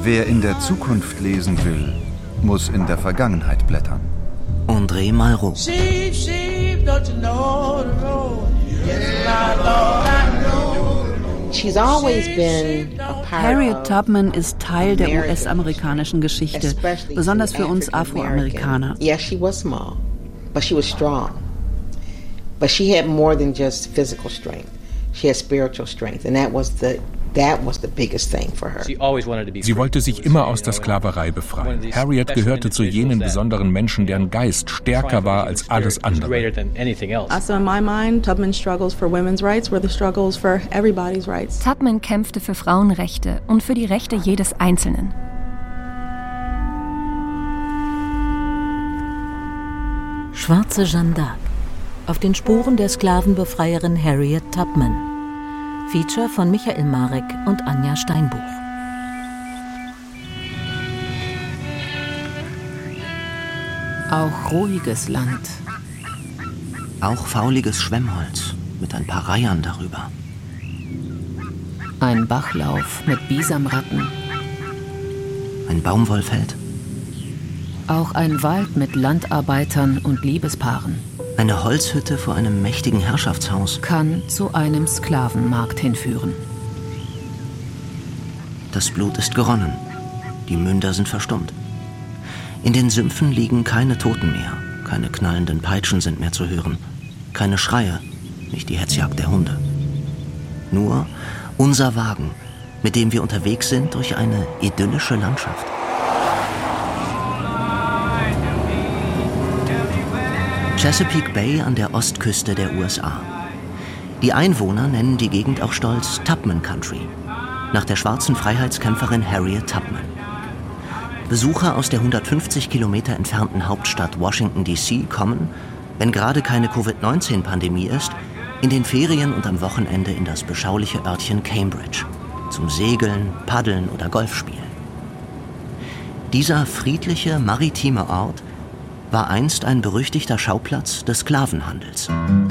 Wer in der Zukunft lesen will, muss in der Vergangenheit blättern. André Malraux. Harriet Tubman ist Teil der US-amerikanischen Geschichte, besonders für uns Afroamerikaner. Yeah, she was small, but she was strong. But she had more than just physical strength. She had spiritual strength, and that was the biggest thing for her. Sie wollte sich immer aus der Sklaverei befreien. Harriet gehörte zu jenen besonderen Menschen, deren Geist stärker war als alles andere. Also in my mind, Tubman's struggles for women's rights were the struggles for everybody's rights. Tubman kämpfte für Frauenrechte und für die Rechte jedes Einzelnen. Schwarze Jeanne d'Arc. Auf den Spuren der Sklavenbefreierin Harriet Tubman. Feature von Michael Marek und Anja Steinbuch. Auch ruhiges Land. Auch fauliges Schwemmholz mit ein paar Reihern darüber. Ein Bachlauf mit Bisamratten. Ein Baumwollfeld. Auch ein Wald mit Landarbeitern und Liebespaaren. Eine Holzhütte vor einem mächtigen Herrschaftshaus. Kann zu einem Sklavenmarkt hinführen. Das Blut ist geronnen. Die Münder sind verstummt. In den Sümpfen liegen keine Toten mehr. Keine knallenden Peitschen sind mehr zu hören. Keine Schreie, nicht die Hetzjagd der Hunde. Nur unser Wagen, mit dem wir unterwegs sind durch eine idyllische Landschaft. Chesapeake Bay an der Ostküste der USA. Die Einwohner nennen die Gegend auch stolz Tubman Country, nach der schwarzen Freiheitskämpferin Harriet Tubman. Besucher aus der 150 Kilometer entfernten Hauptstadt Washington D.C. kommen, wenn gerade keine Covid-19-Pandemie ist, in den Ferien und am Wochenende in das beschauliche Örtchen Cambridge, zum Segeln, Paddeln oder Golfspielen. Dieser friedliche, maritime Ort war einst ein berüchtigter Schauplatz des Sklavenhandels.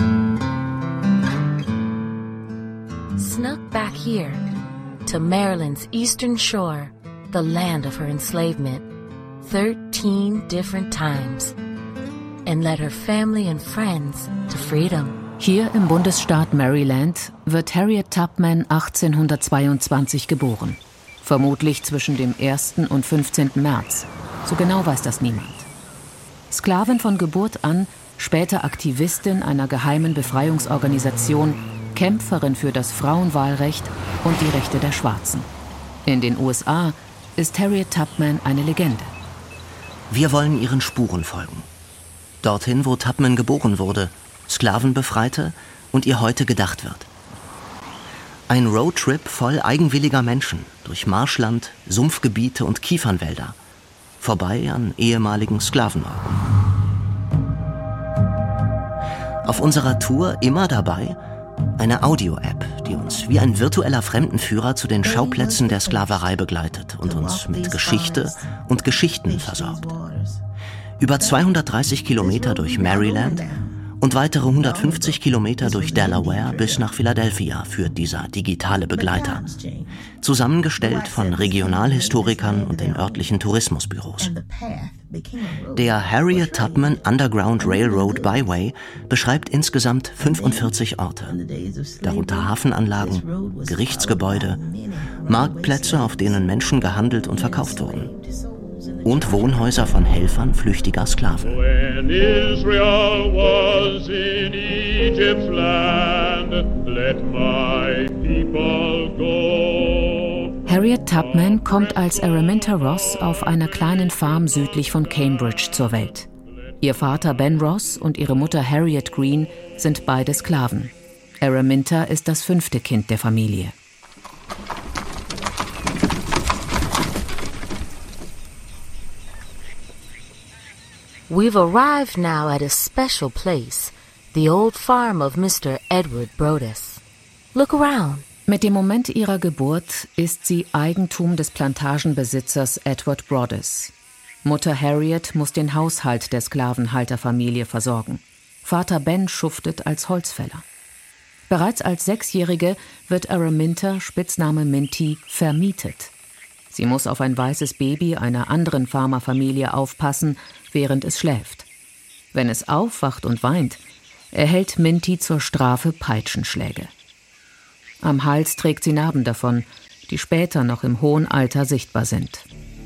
Snuck back here to Maryland's eastern shore, the land of her enslavement, 13 different times, and led her family and friends to freedom. Hier im Bundesstaat Maryland wird Harriet Tubman 1822 geboren. Vermutlich zwischen dem 1. und 15. März. So genau weiß das niemand. Sklavin von Geburt an, später Aktivistin einer geheimen Befreiungsorganisation, Kämpferin für das Frauenwahlrecht und die Rechte der Schwarzen. In den USA ist Harriet Tubman eine Legende. Wir wollen ihren Spuren folgen. Dorthin, wo Tubman geboren wurde, Sklaven befreite und ihr heute gedacht wird. Ein Roadtrip voll eigenwilliger Menschen durch Marschland, Sumpfgebiete und Kiefernwälder. Vorbei an ehemaligen Sklavenorten. Auf unserer Tour immer dabei eine Audio-App, die uns wie ein virtueller Fremdenführer zu den Schauplätzen der Sklaverei begleitet und uns mit Geschichte und Geschichten versorgt. Über 230 Kilometer durch Maryland und weitere 150 Kilometer durch Delaware bis nach Philadelphia führt dieser digitale Begleiter. Zusammengestellt von Regionalhistorikern und den örtlichen Tourismusbüros. Der Harriet Tubman Underground Railroad Byway beschreibt insgesamt 45 Orte. Darunter Hafenanlagen, Gerichtsgebäude, Marktplätze, auf denen Menschen gehandelt und verkauft wurden. Und Wohnhäuser von Helfern flüchtiger Sklaven. When Israel was in Egypt's land, let my people go. Harriet Tubman kommt als Araminta Ross auf einer kleinen Farm südlich von Cambridge zur Welt. Ihr Vater Ben Ross und ihre Mutter Harriet Green sind beide Sklaven. Araminta ist das 5. Kind der Familie. We've arrived now at a special place, the old farm of Mr. Edward Brodess. Look around. Mit dem Moment ihrer Geburt ist sie Eigentum des Plantagenbesitzers Edward Brodess. Mutter Harriet muss den Haushalt der Sklavenhalterfamilie versorgen. Vater Ben schuftet als Holzfäller. Bereits als 6-Jährige wird Araminta, Spitzname Minty, vermietet. Sie muss auf ein weißes Baby einer anderen Farmerfamilie aufpassen, während es schläft. Wenn es aufwacht und weint, erhält Minty zur Strafe Peitschenschläge. Am Hals trägt sie Narben davon, die später noch im hohen Alter sichtbar sind.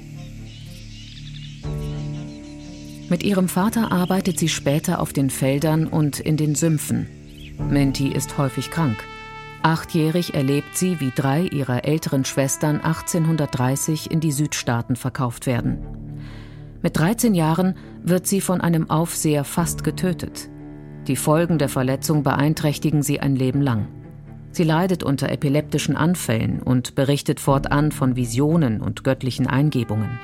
Mit ihrem Vater arbeitet sie später auf den Feldern und in den Sümpfen. Minty ist häufig krank. 8-jährig erlebt sie, wie 3 ihrer älteren Schwestern 1830 in die Südstaaten verkauft werden. Mit 13 Jahren wird sie von einem Aufseher fast getötet. Die Folgen der Verletzung beeinträchtigen sie ein Leben lang. Sie leidet unter epileptischen Anfällen und berichtet fortan von Visionen und göttlichen Eingebungen.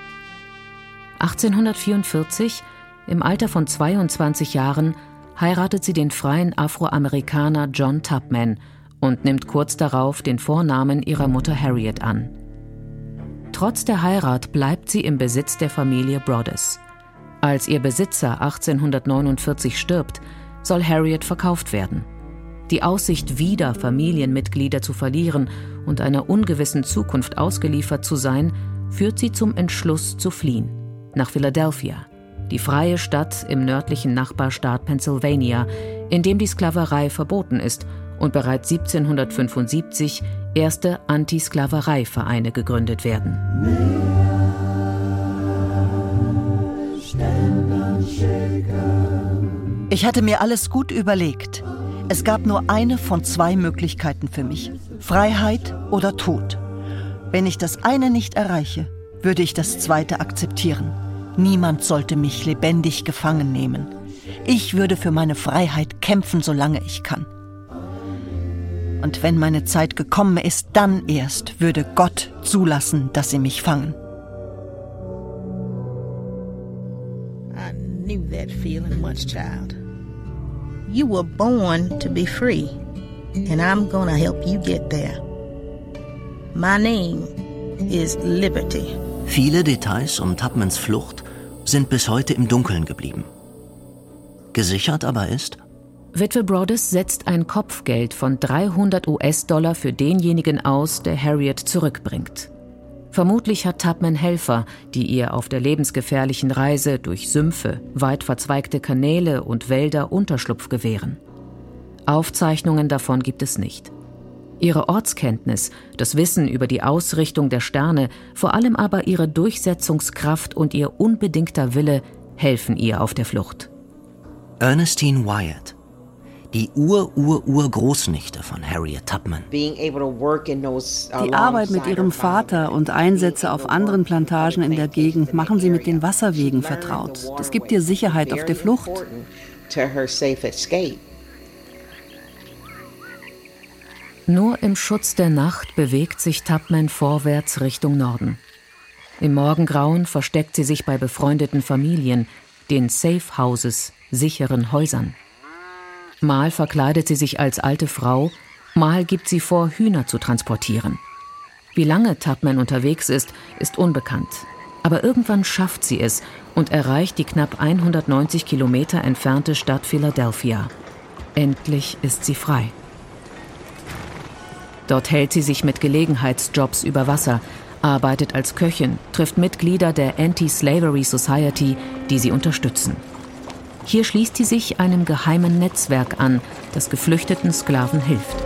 1844, im Alter von 22 Jahren, heiratet sie den freien Afroamerikaner John Tubman und nimmt kurz darauf den Vornamen ihrer Mutter Harriet an. Trotz der Heirat bleibt sie im Besitz der Familie Broaddus. Als ihr Besitzer 1849 stirbt, soll Harriet verkauft werden. Die Aussicht, wieder Familienmitglieder zu verlieren und einer ungewissen Zukunft ausgeliefert zu sein, führt sie zum Entschluss zu fliehen, nach Philadelphia, die freie Stadt im nördlichen Nachbarstaat Pennsylvania, in dem die Sklaverei verboten ist und bereits 1775 erste Anti-Sklaverei-Vereine gegründet werden. Ich hatte mir alles gut überlegt. Es gab nur eine von 2 Möglichkeiten für mich: Freiheit oder Tod. Wenn ich das eine nicht erreiche, würde ich das zweite akzeptieren. Niemand sollte mich lebendig gefangen nehmen. Ich würde für meine Freiheit kämpfen, solange ich kann. Und wenn meine Zeit gekommen ist, dann erst würde Gott zulassen, dass sie mich fangen. I knew that feeling much, child. You were born to be free, and I'm gonna help you get there. My name is Liberty. Viele Details um Tubmans Flucht sind bis heute im Dunkeln geblieben. Gesichert aber ist: Witwe Broaddus setzt ein Kopfgeld von $300 für denjenigen aus, der Harriet zurückbringt. Vermutlich hat Tubman Helfer, die ihr auf der lebensgefährlichen Reise durch Sümpfe, weit verzweigte Kanäle und Wälder Unterschlupf gewähren. Aufzeichnungen davon gibt es nicht. Ihre Ortskenntnis, das Wissen über die Ausrichtung der Sterne, vor allem aber ihre Durchsetzungskraft und ihr unbedingter Wille helfen ihr auf der Flucht. Ernestine Wyatt, die Ur-Ur-Ur-Großnichte von Harriet Tubman. Die Arbeit mit ihrem Vater und Einsätze auf anderen Plantagen in der Gegend machen sie mit den Wasserwegen vertraut. Das gibt ihr Sicherheit auf der Flucht. Nur im Schutz der Nacht bewegt sich Tubman vorwärts Richtung Norden. Im Morgengrauen versteckt sie sich bei befreundeten Familien, den Safe Houses, sicheren Häusern. Mal verkleidet sie sich als alte Frau, mal gibt sie vor, Hühner zu transportieren. Wie lange Tubman unterwegs ist, ist unbekannt. Aber irgendwann schafft sie es und erreicht die knapp 190 Kilometer entfernte Stadt Philadelphia. Endlich ist sie frei. Dort hält sie sich mit Gelegenheitsjobs über Wasser, arbeitet als Köchin, trifft Mitglieder der Anti-Slavery Society, die sie unterstützen. Hier schließt sie sich einem geheimen Netzwerk an, das geflüchteten Sklaven hilft.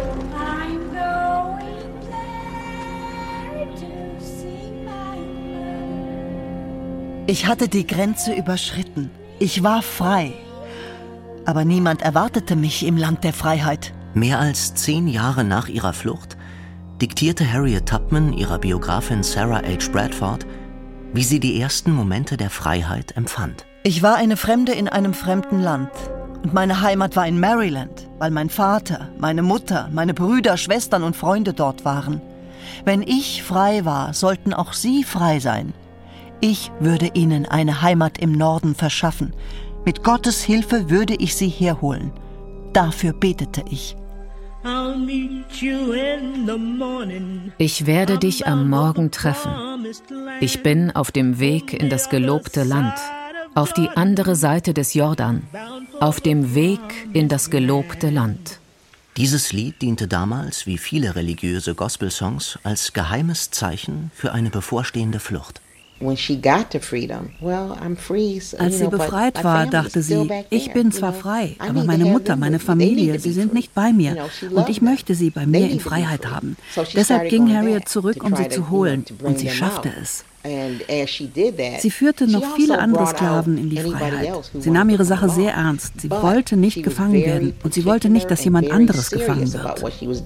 Ich hatte die Grenze überschritten. Ich war frei. Aber niemand erwartete mich im Land der Freiheit. Mehr als 10 Jahre nach ihrer Flucht diktierte Harriet Tubman ihrer Biografin Sarah H. Bradford, wie sie die ersten Momente der Freiheit empfand. Ich war eine Fremde in einem fremden Land. Und meine Heimat war in Maryland, weil mein Vater, meine Mutter, meine Brüder, Schwestern und Freunde dort waren. Wenn ich frei war, sollten auch sie frei sein. Ich würde ihnen eine Heimat im Norden verschaffen. Mit Gottes Hilfe würde ich sie herholen. Dafür betete ich. Ich werde dich am Morgen treffen. Ich bin auf dem Weg in das gelobte Land, auf die andere Seite des Jordan, auf dem Weg in das gelobte Land. Dieses Lied diente damals, wie viele religiöse Gospelsongs, als geheimes Zeichen für eine bevorstehende Flucht. Als sie befreit war, dachte sie, ich bin zwar frei, aber meine Mutter, meine Familie, sie sind nicht bei mir und ich möchte sie bei mir in Freiheit haben. Deshalb ging Harriet zurück, um sie zu holen, und sie schaffte es. Sie führte noch viele andere Sklaven in die Freiheit. Sie nahm ihre Sache sehr ernst. Sie wollte nicht gefangen werden und sie wollte nicht, dass jemand anderes gefangen wird.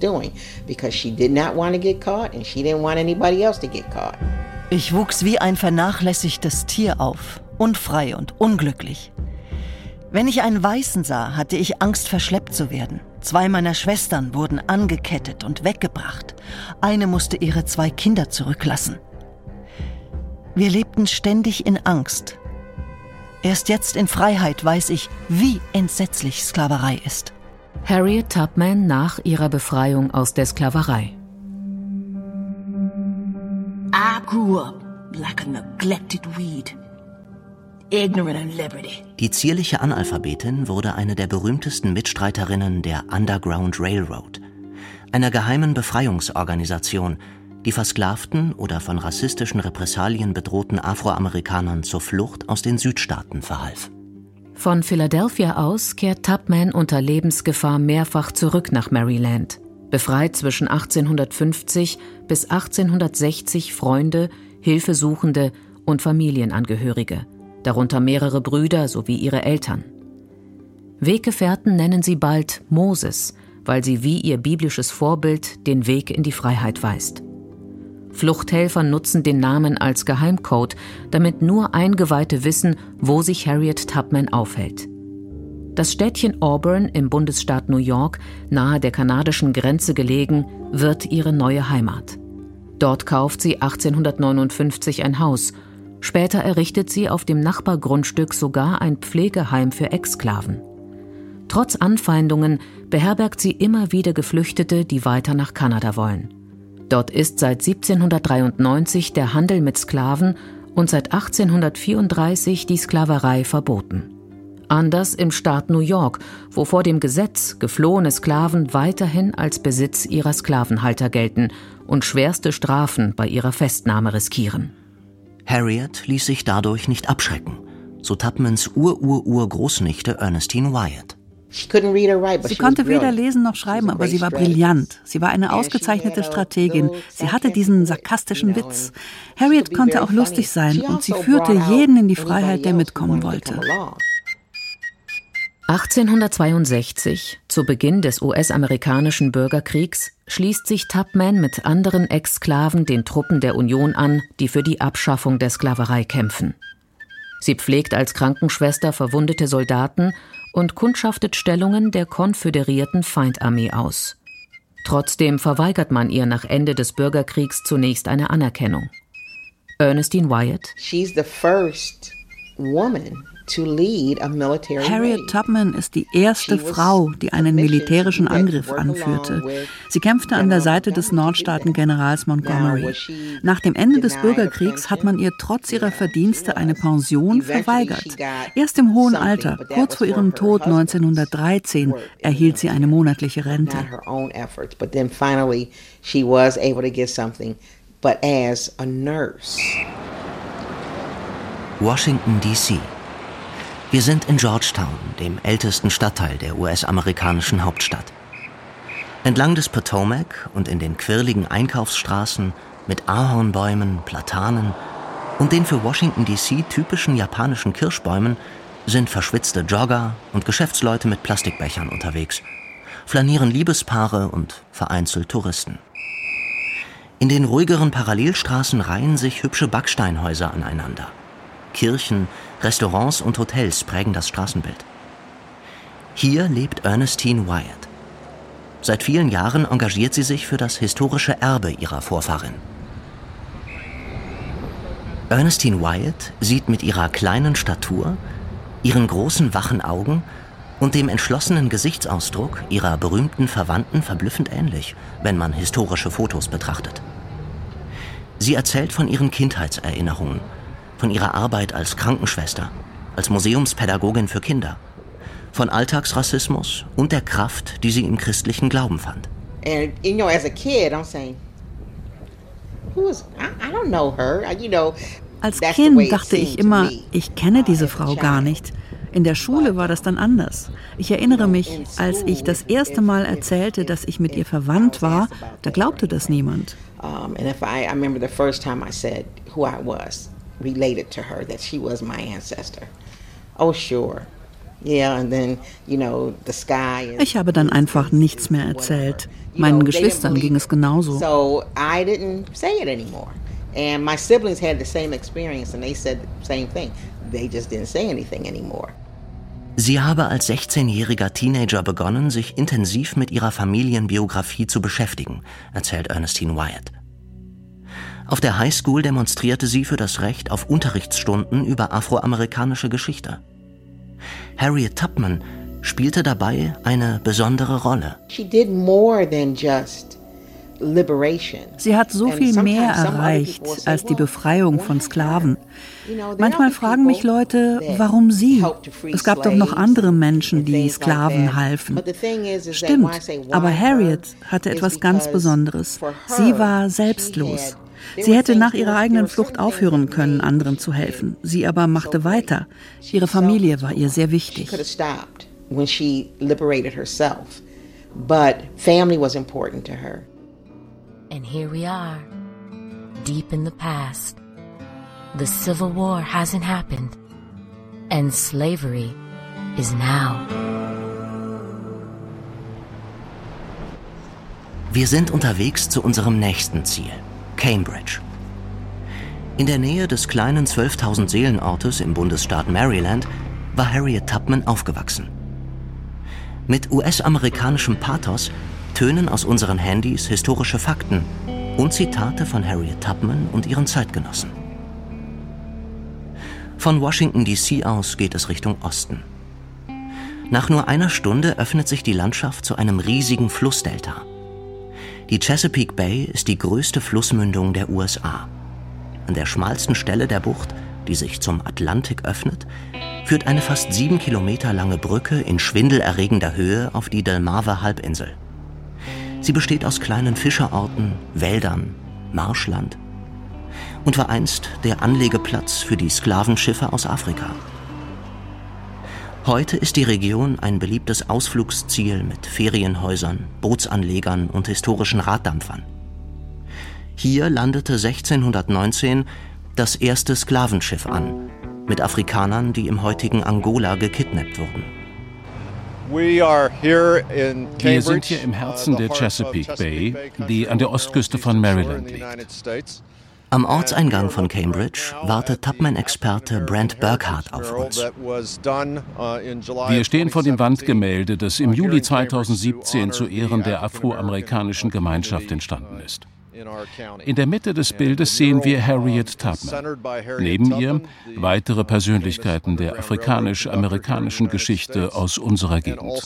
Ich wuchs wie ein vernachlässigtes Tier auf, unfrei und unglücklich. Wenn ich einen Weißen sah, hatte ich Angst, verschleppt zu werden. 2 meiner Schwestern wurden angekettet und weggebracht. Eine musste ihre 2 Kinder zurücklassen. Wir lebten ständig in Angst. Erst jetzt in Freiheit weiß ich, wie entsetzlich Sklaverei ist. Harriet Tubman nach ihrer Befreiung aus der Sklaverei. I grew up like a neglected weed, ignorant of liberty. Die zierliche Analphabetin wurde eine der berühmtesten Mitstreiterinnen der Underground Railroad, einer geheimen Befreiungsorganisation, die versklavten oder von rassistischen Repressalien bedrohten Afroamerikanern zur Flucht aus den Südstaaten verhalf. Von Philadelphia aus kehrt Tubman unter Lebensgefahr mehrfach zurück nach Maryland, befreit zwischen 1850 bis 1860 Freunde, Hilfesuchende und Familienangehörige, darunter mehrere Brüder sowie ihre Eltern. Weggefährten nennen sie bald Moses, weil sie wie ihr biblisches Vorbild den Weg in die Freiheit weist. Fluchthelfer nutzen den Namen als Geheimcode, damit nur Eingeweihte wissen, wo sich Harriet Tubman aufhält. Das Städtchen Auburn im Bundesstaat New York, nahe der kanadischen Grenze gelegen, wird ihre neue Heimat. Dort kauft sie 1859 ein Haus. Später errichtet sie auf dem Nachbargrundstück sogar ein Pflegeheim für Ex-Sklaven. Trotz Anfeindungen beherbergt sie immer wieder Geflüchtete, die weiter nach Kanada wollen. Dort ist seit 1793 der Handel mit Sklaven und seit 1834 die Sklaverei verboten. Anders im Staat New York, wo vor dem Gesetz geflohene Sklaven weiterhin als Besitz ihrer Sklavenhalter gelten und schwerste Strafen bei ihrer Festnahme riskieren. Harriet ließ sich dadurch nicht abschrecken, so Tubmans Ur-Ur-Ur-Großnichte Ernestine Wyatt. Sie konnte weder lesen noch schreiben, aber sie war brillant. Sie war eine ausgezeichnete Strategin. Sie hatte diesen sarkastischen Witz. Harriet konnte auch lustig sein und sie führte jeden in die Freiheit, der mitkommen wollte. 1862, zu Beginn des US-amerikanischen Bürgerkriegs, schließt sich Tubman mit anderen Ex-Sklaven den Truppen der Union an, die für die Abschaffung der Sklaverei kämpfen. Sie pflegt als Krankenschwester verwundete Soldaten und kundschaftet Stellungen der konföderierten Feindarmee aus. Trotzdem verweigert man ihr nach Ende des Bürgerkriegs zunächst eine Anerkennung. Ernestine Wyatt: Harriet Tubman ist die erste Frau, die einen militärischen Angriff anführte. Sie kämpfte an der Seite des Nordstaaten-Generals Montgomery. Nach dem Ende des Bürgerkriegs hat man ihr trotz ihrer Verdienste eine Pension verweigert. Erst im hohen Alter, kurz vor ihrem Tod 1913, erhielt sie eine monatliche Rente. Washington, D.C. Wir sind in Georgetown, dem ältesten Stadtteil der US-amerikanischen Hauptstadt. Entlang des Potomac und in den quirligen Einkaufsstraßen mit Ahornbäumen, Platanen und den für Washington D.C. typischen japanischen Kirschbäumen sind verschwitzte Jogger und Geschäftsleute mit Plastikbechern unterwegs, flanieren Liebespaare und vereinzelt Touristen. In den ruhigeren Parallelstraßen reihen sich hübsche Backsteinhäuser aneinander. Kirchen, Restaurants und Hotels prägen das Straßenbild. Hier lebt Ernestine Wyatt. Seit vielen Jahren engagiert sie sich für das historische Erbe ihrer Vorfahrin. Ernestine Wyatt sieht mit ihrer kleinen Statur, ihren großen wachen Augen und dem entschlossenen Gesichtsausdruck ihrer berühmten Verwandten verblüffend ähnlich, wenn man historische Fotos betrachtet. Sie erzählt von ihren Kindheitserinnerungen, von ihrer Arbeit als Krankenschwester, als Museumspädagogin für Kinder, von Alltagsrassismus und der Kraft, die sie im christlichen Glauben fand. And as a kid, I'm saying, I don't know her, Als Kind dachte ich immer, ich kenne diese Frau gar nicht. In der Schule war das dann anders. Ich erinnere mich, als ich das erste Mal erzählte, dass ich mit ihr verwandt war, da glaubte das niemand. And I remember the first time I said who I was related to her, that she was my ancestor. Oh, sure. Yeah, and then, the sky. Ich habe dann einfach nichts mehr erzählt. Meinen Geschwistern ging es genauso. So I didn't say it anymore. And my siblings had the same experience and they said the same thing. They just didn't say anything anymore. Sie habe als 16-jähriger Teenager begonnen, sich intensiv mit ihrer Familienbiografie zu beschäftigen, erzählt Ernestine Wyatt. Auf der Highschool demonstrierte sie für das Recht auf Unterrichtsstunden über afroamerikanische Geschichte. Harriet Tubman spielte dabei eine besondere Rolle. She did more than just liberation. Sie hat so viel mehr erreicht als die Befreiung von Sklaven. Manchmal fragen mich Leute, warum sie? Es gab doch noch andere Menschen, die Sklaven halfen. Stimmt, aber Harriet hatte etwas ganz Besonderes. Sie war selbstlos. Sie hätte nach ihrer eigenen Flucht aufhören können, anderen zu helfen. Sie aber machte weiter. Ihre Familie war ihr sehr wichtig. When she liberated herself, but family was important to her. And here we are, deep in the past. The Civil War hasn't happened, and slavery is now. Wir sind unterwegs zu unserem nächsten Ziel, Cambridge. In der Nähe des kleinen 12.000 Seelenortes im Bundesstaat Maryland war Harriet Tubman aufgewachsen. Mit US-amerikanischem Pathos tönen aus unseren Handys historische Fakten und Zitate von Harriet Tubman und ihren Zeitgenossen. Von Washington D.C. aus geht es Richtung Osten. Nach nur einer Stunde öffnet sich die Landschaft zu einem riesigen Flussdelta. Die Chesapeake Bay ist die größte Flussmündung der USA. An der schmalsten Stelle der Bucht, die sich zum Atlantik öffnet, führt eine fast 7 Kilometer lange Brücke in schwindelerregender Höhe auf die Delmarva-Halbinsel. Sie besteht aus kleinen Fischerorten, Wäldern, Marschland und war einst der Anlegeplatz für die Sklavenschiffe aus Afrika. Heute ist die Region ein beliebtes Ausflugsziel mit Ferienhäusern, Bootsanlegern und historischen Raddampfern. Hier landete 1619 das erste Sklavenschiff an, mit Afrikanern, die im heutigen Angola gekidnappt wurden. Wir sind hier im Herzen der Chesapeake Bay, die an der Ostküste von Maryland liegt. Am Ortseingang von Cambridge wartet Tubman-Experte Brent Burkhardt auf uns. Wir stehen vor dem Wandgemälde, das im Juli 2017 zu Ehren der afroamerikanischen Gemeinschaft entstanden ist. In der Mitte des Bildes sehen wir Harriet Tubman. Neben ihr weitere Persönlichkeiten der afrikanisch-amerikanischen Geschichte aus unserer Gegend.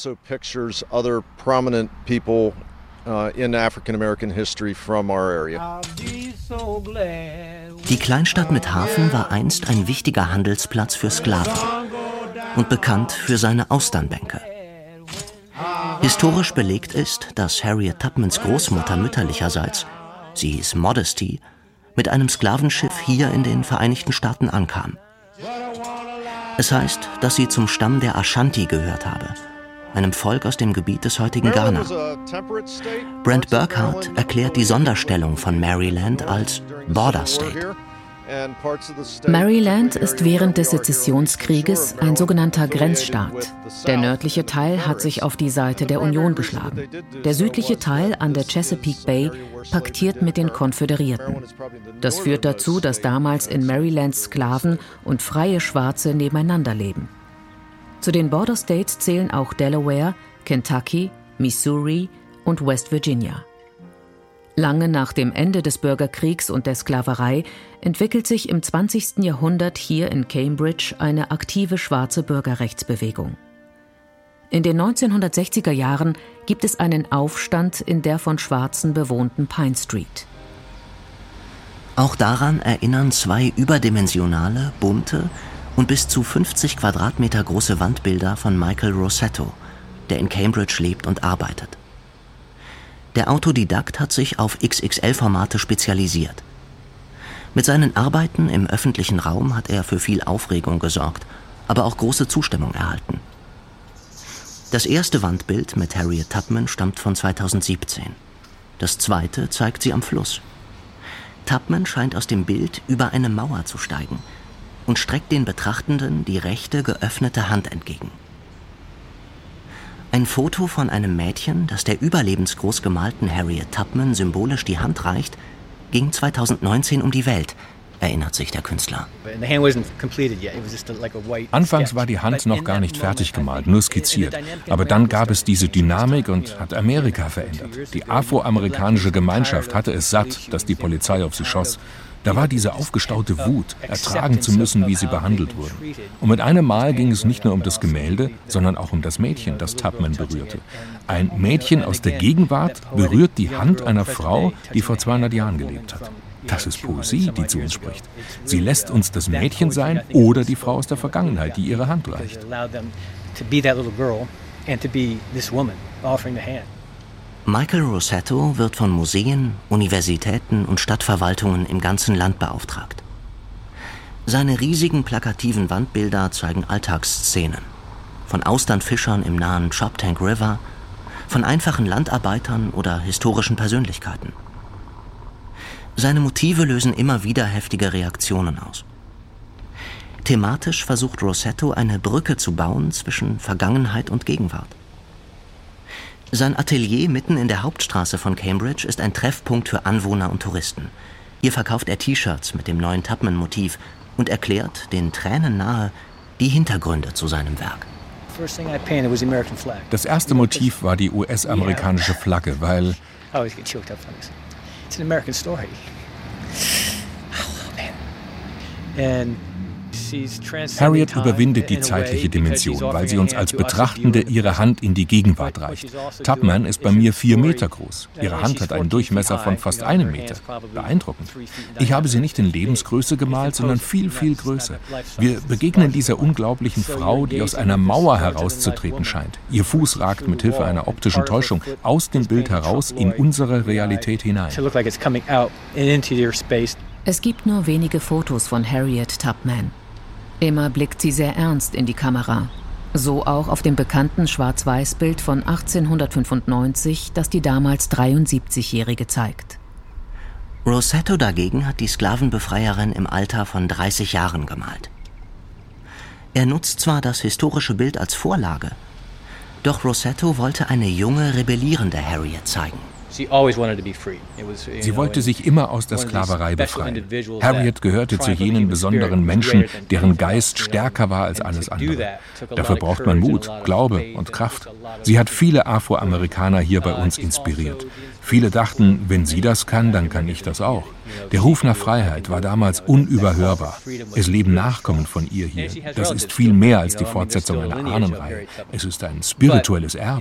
Die Kleinstadt mit Hafen war einst ein wichtiger Handelsplatz für Sklaven und bekannt für seine Austernbänke. Historisch belegt ist, dass Harriet Tubmans Großmutter mütterlicherseits, sie hieß Modesty, mit einem Sklavenschiff hier in den Vereinigten Staaten ankam. Es heißt, dass sie zum Stamm der Ashanti gehört habe, einem Volk aus dem Gebiet des heutigen Ghana. Brent Burkhardt erklärt die Sonderstellung von Maryland als Border State. Maryland ist während des Sezessionskrieges ein sogenannter Grenzstaat. Der nördliche Teil hat sich auf die Seite der Union geschlagen. Der südliche Teil an der Chesapeake Bay paktiert mit den Konföderierten. Das führt dazu, dass damals in Maryland Sklaven und freie Schwarze nebeneinander leben. Zu den Border States zählen auch Delaware, Kentucky, Missouri und West Virginia. Lange nach dem Ende des Bürgerkriegs und der Sklaverei entwickelt sich im 20. Jahrhundert hier in Cambridge eine aktive schwarze Bürgerrechtsbewegung. In den 1960er Jahren gibt es einen Aufstand in der von Schwarzen bewohnten Pine Street. Auch daran erinnern zwei überdimensionale, bunte und bis zu 50 Quadratmeter große Wandbilder von Michael Rossetto, der in Cambridge lebt und arbeitet. Der Autodidakt hat sich auf XXL-Formate spezialisiert. Mit seinen Arbeiten im öffentlichen Raum hat er für viel Aufregung gesorgt, aber auch große Zustimmung erhalten. Das erste Wandbild mit Harriet Tubman stammt von 2017. Das zweite zeigt sie am Fluss. Tubman scheint aus dem Bild über eine Mauer zu steigen und streckt den Betrachtenden die rechte geöffnete Hand entgegen. Ein Foto von einem Mädchen, das der überlebensgroß gemalten Harriet Tubman symbolisch die Hand reicht, ging 2019 um die Welt, erinnert sich der Künstler. Anfangs war die Hand noch gar nicht fertig gemalt, nur skizziert. Aber dann gab es diese Dynamik und hat Amerika verändert. Die afroamerikanische Gemeinschaft hatte es satt, dass die Polizei auf sie schoss. Da war diese aufgestaute Wut, ertragen zu müssen, wie sie behandelt wurden. Und mit einem Mal ging es nicht nur um das Gemälde, sondern auch um das Mädchen, das Tubman berührte. Ein Mädchen aus der Gegenwart berührt die Hand einer Frau, die vor 200 Jahren gelebt hat. Das ist Poesie, die zu uns spricht. Sie lässt uns das Mädchen sein oder die Frau aus der Vergangenheit, die ihre Hand reicht. Michael Rossetto wird von Museen, Universitäten und Stadtverwaltungen im ganzen Land beauftragt. Seine riesigen plakativen Wandbilder zeigen Alltagsszenen. Von Austernfischern im nahen Choptank River, von einfachen Landarbeitern oder historischen Persönlichkeiten. Seine Motive lösen immer wieder heftige Reaktionen aus. Thematisch versucht Rossetto eine Brücke zu bauen zwischen Vergangenheit und Gegenwart. Sein Atelier mitten in der Hauptstraße von Cambridge ist ein Treffpunkt für Anwohner und Touristen. Hier verkauft er T-Shirts mit dem neuen Tubman-Motiv und erklärt, den Tränen nahe, die Hintergründe zu seinem Werk. Das erste Motiv war die US-amerikanische Flagge, weil... Harriet überwindet die zeitliche Dimension, weil sie uns als Betrachtende ihre Hand in die Gegenwart reicht. Tubman ist bei mir 4 Meter groß. Ihre Hand hat einen Durchmesser von fast 1 Meter. Beeindruckend. Ich habe sie nicht in Lebensgröße gemalt, sondern viel, viel größer. Wir begegnen dieser unglaublichen Frau, die aus einer Mauer herauszutreten scheint. Ihr Fuß ragt mit Hilfe einer optischen Täuschung aus dem Bild heraus in unsere Realität hinein. Es gibt nur wenige Fotos von Harriet Tubman. Immer blickt sie sehr ernst in die Kamera. So auch auf dem bekannten Schwarz-Weiß-Bild von 1895, das die damals 73-Jährige zeigt. Rossetto dagegen hat die Sklavenbefreierin im Alter von 30 Jahren gemalt. Er nutzt zwar das historische Bild als Vorlage, doch Rossetto wollte eine junge, rebellierende Harriet zeigen. Sie wollte sich immer aus der Sklaverei befreien. Harriet gehörte zu jenen besonderen Menschen, deren Geist stärker war als alles andere. Dafür braucht man Mut, Glaube und Kraft. Sie hat viele Afroamerikaner hier bei uns inspiriert. Viele dachten, wenn sie das kann, dann kann ich das auch. Der Ruf nach Freiheit war damals unüberhörbar. Es leben Nachkommen von ihr hier. Das ist viel mehr als die Fortsetzung einer Ahnenreihe. Es ist ein spirituelles Erbe.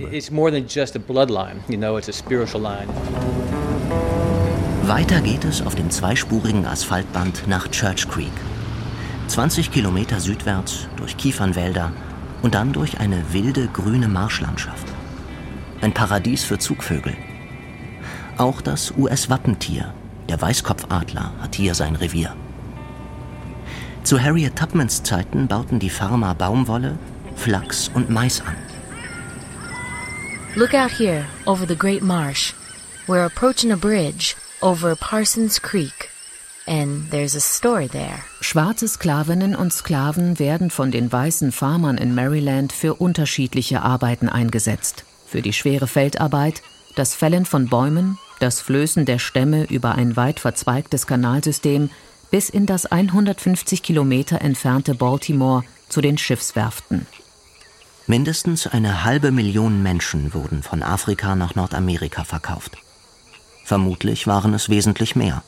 Weiter geht es auf dem zweispurigen Asphaltband nach Church Creek. 20 Kilometer südwärts, durch Kiefernwälder und dann durch eine wilde grüne Marschlandschaft. Ein Paradies für Zugvögel. Auch das US-Wappentier, der Weißkopfadler, hat hier sein Revier. Zu Harriet Tubmans Zeiten bauten die Farmer Baumwolle, Flachs und Mais an. Look out here, over the Great Marsh. We're approaching a bridge over Parsons Creek. And there's a story there. Schwarze Sklavinnen und Sklaven werden von den weißen Farmern in Maryland für unterschiedliche Arbeiten eingesetzt. Für die schwere Feldarbeit, das Fällen von Bäumen, das Flößen der Stämme über ein weit verzweigtes Kanalsystem bis in das 150 Kilometer entfernte Baltimore zu den Schiffswerften. Mindestens 500.000 Menschen wurden von Afrika nach Nordamerika verkauft. Vermutlich waren es wesentlich mehr.